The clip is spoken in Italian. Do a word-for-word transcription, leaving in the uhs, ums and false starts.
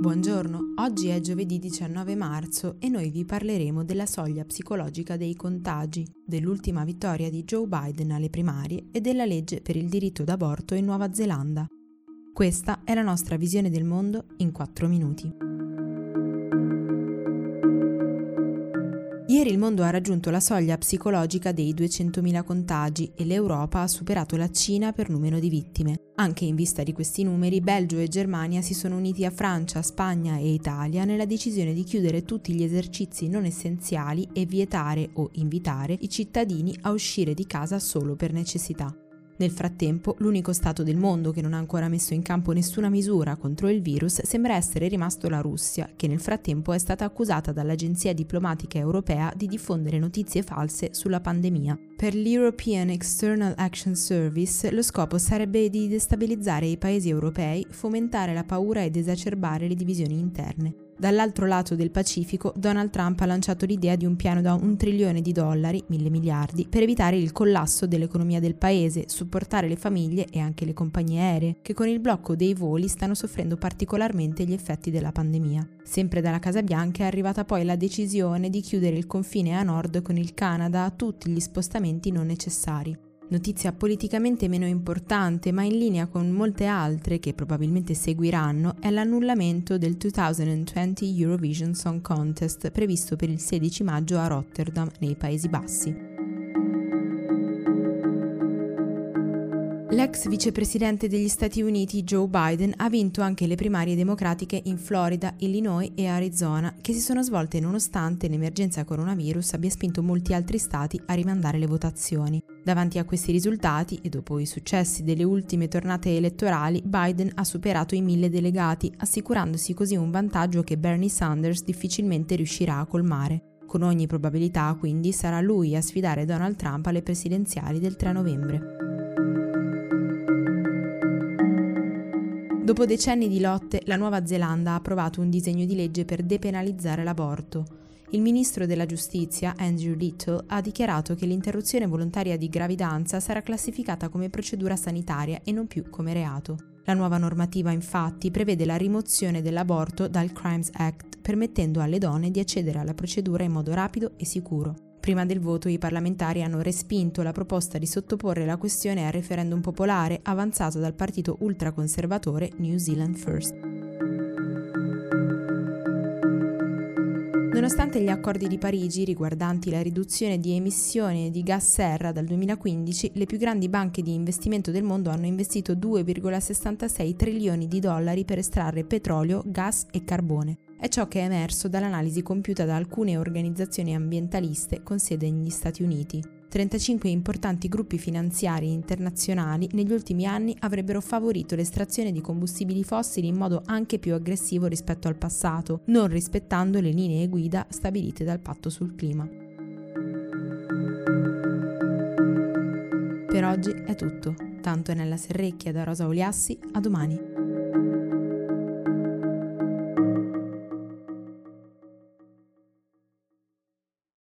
Buongiorno, oggi è giovedì diciannove marzo e noi vi parleremo della soglia psicologica dei contagi, dell'ultima vittoria di Joe Biden alle primarie e della legge per il diritto d'aborto in Nuova Zelanda. Questa è la nostra visione del mondo in quattro minuti. Ieri il mondo ha raggiunto la soglia psicologica dei duecentomila contagi e l'Europa ha superato la Cina per numero di vittime. Anche in vista di questi numeri, Belgio e Germania si sono uniti a Francia, Spagna e Italia nella decisione di chiudere tutti gli esercizi non essenziali e vietare o invitare i cittadini a uscire di casa solo per necessità. Nel frattempo, l'unico stato del mondo che non ha ancora messo in campo nessuna misura contro il virus sembra essere rimasto la Russia, che nel frattempo è stata accusata dall'Agenzia Diplomatica Europea di diffondere notizie false sulla pandemia. Per l'European External Action Service, lo scopo sarebbe di destabilizzare i paesi europei, fomentare la paura ed esacerbare le divisioni interne. Dall'altro lato del Pacifico, Donald Trump ha lanciato l'idea di un piano da un trilione di dollari, mille miliardi, per evitare il collasso dell'economia del paese, supportare le famiglie e anche le compagnie aeree, che con il blocco dei voli stanno soffrendo particolarmente gli effetti della pandemia. Sempre dalla Casa Bianca è arrivata poi la decisione di chiudere il confine a nord con il Canada a tutti gli spostamenti non necessari. Notizia politicamente meno importante, ma in linea con molte altre che probabilmente seguiranno, è l'annullamento del duemilaventi Eurovision Song Contest previsto per il sedici maggio a Rotterdam, nei Paesi Bassi. L'ex vicepresidente degli Stati Uniti Joe Biden ha vinto anche le primarie democratiche in Florida, Illinois e Arizona, che si sono svolte nonostante l'emergenza coronavirus abbia spinto molti altri stati a rimandare le votazioni. Davanti a questi risultati e dopo i successi delle ultime tornate elettorali, Biden ha superato i mille delegati, assicurandosi così un vantaggio che Bernie Sanders difficilmente riuscirà a colmare. Con ogni probabilità, quindi, sarà lui a sfidare Donald Trump alle presidenziali del tre novembre. Dopo decenni di lotte, la Nuova Zelanda ha approvato un disegno di legge per depenalizzare l'aborto. Il ministro della giustizia, Andrew Little, ha dichiarato che l'interruzione volontaria di gravidanza sarà classificata come procedura sanitaria e non più come reato. La nuova normativa, infatti, prevede la rimozione dell'aborto dal Crimes Act, permettendo alle donne di accedere alla procedura in modo rapido e sicuro. Prima del voto i parlamentari hanno respinto la proposta di sottoporre la questione al referendum popolare avanzato dal partito ultraconservatore New Zealand First. Nonostante gli accordi di Parigi riguardanti la riduzione di emissioni di gas serra dal duemilaquindici, le più grandi banche di investimento del mondo hanno investito due virgola sessantasei trilioni di dollari per estrarre petrolio, gas e carbone. È ciò che è emerso dall'analisi compiuta da alcune organizzazioni ambientaliste con sede negli Stati Uniti. trentacinque importanti gruppi finanziari internazionali negli ultimi anni avrebbero favorito l'estrazione di combustibili fossili in modo anche più aggressivo rispetto al passato, non rispettando le linee guida stabilite dal Patto sul Clima. Per oggi è tutto. Tanto è nella Serrecchia da Rosa Oliassi, a domani.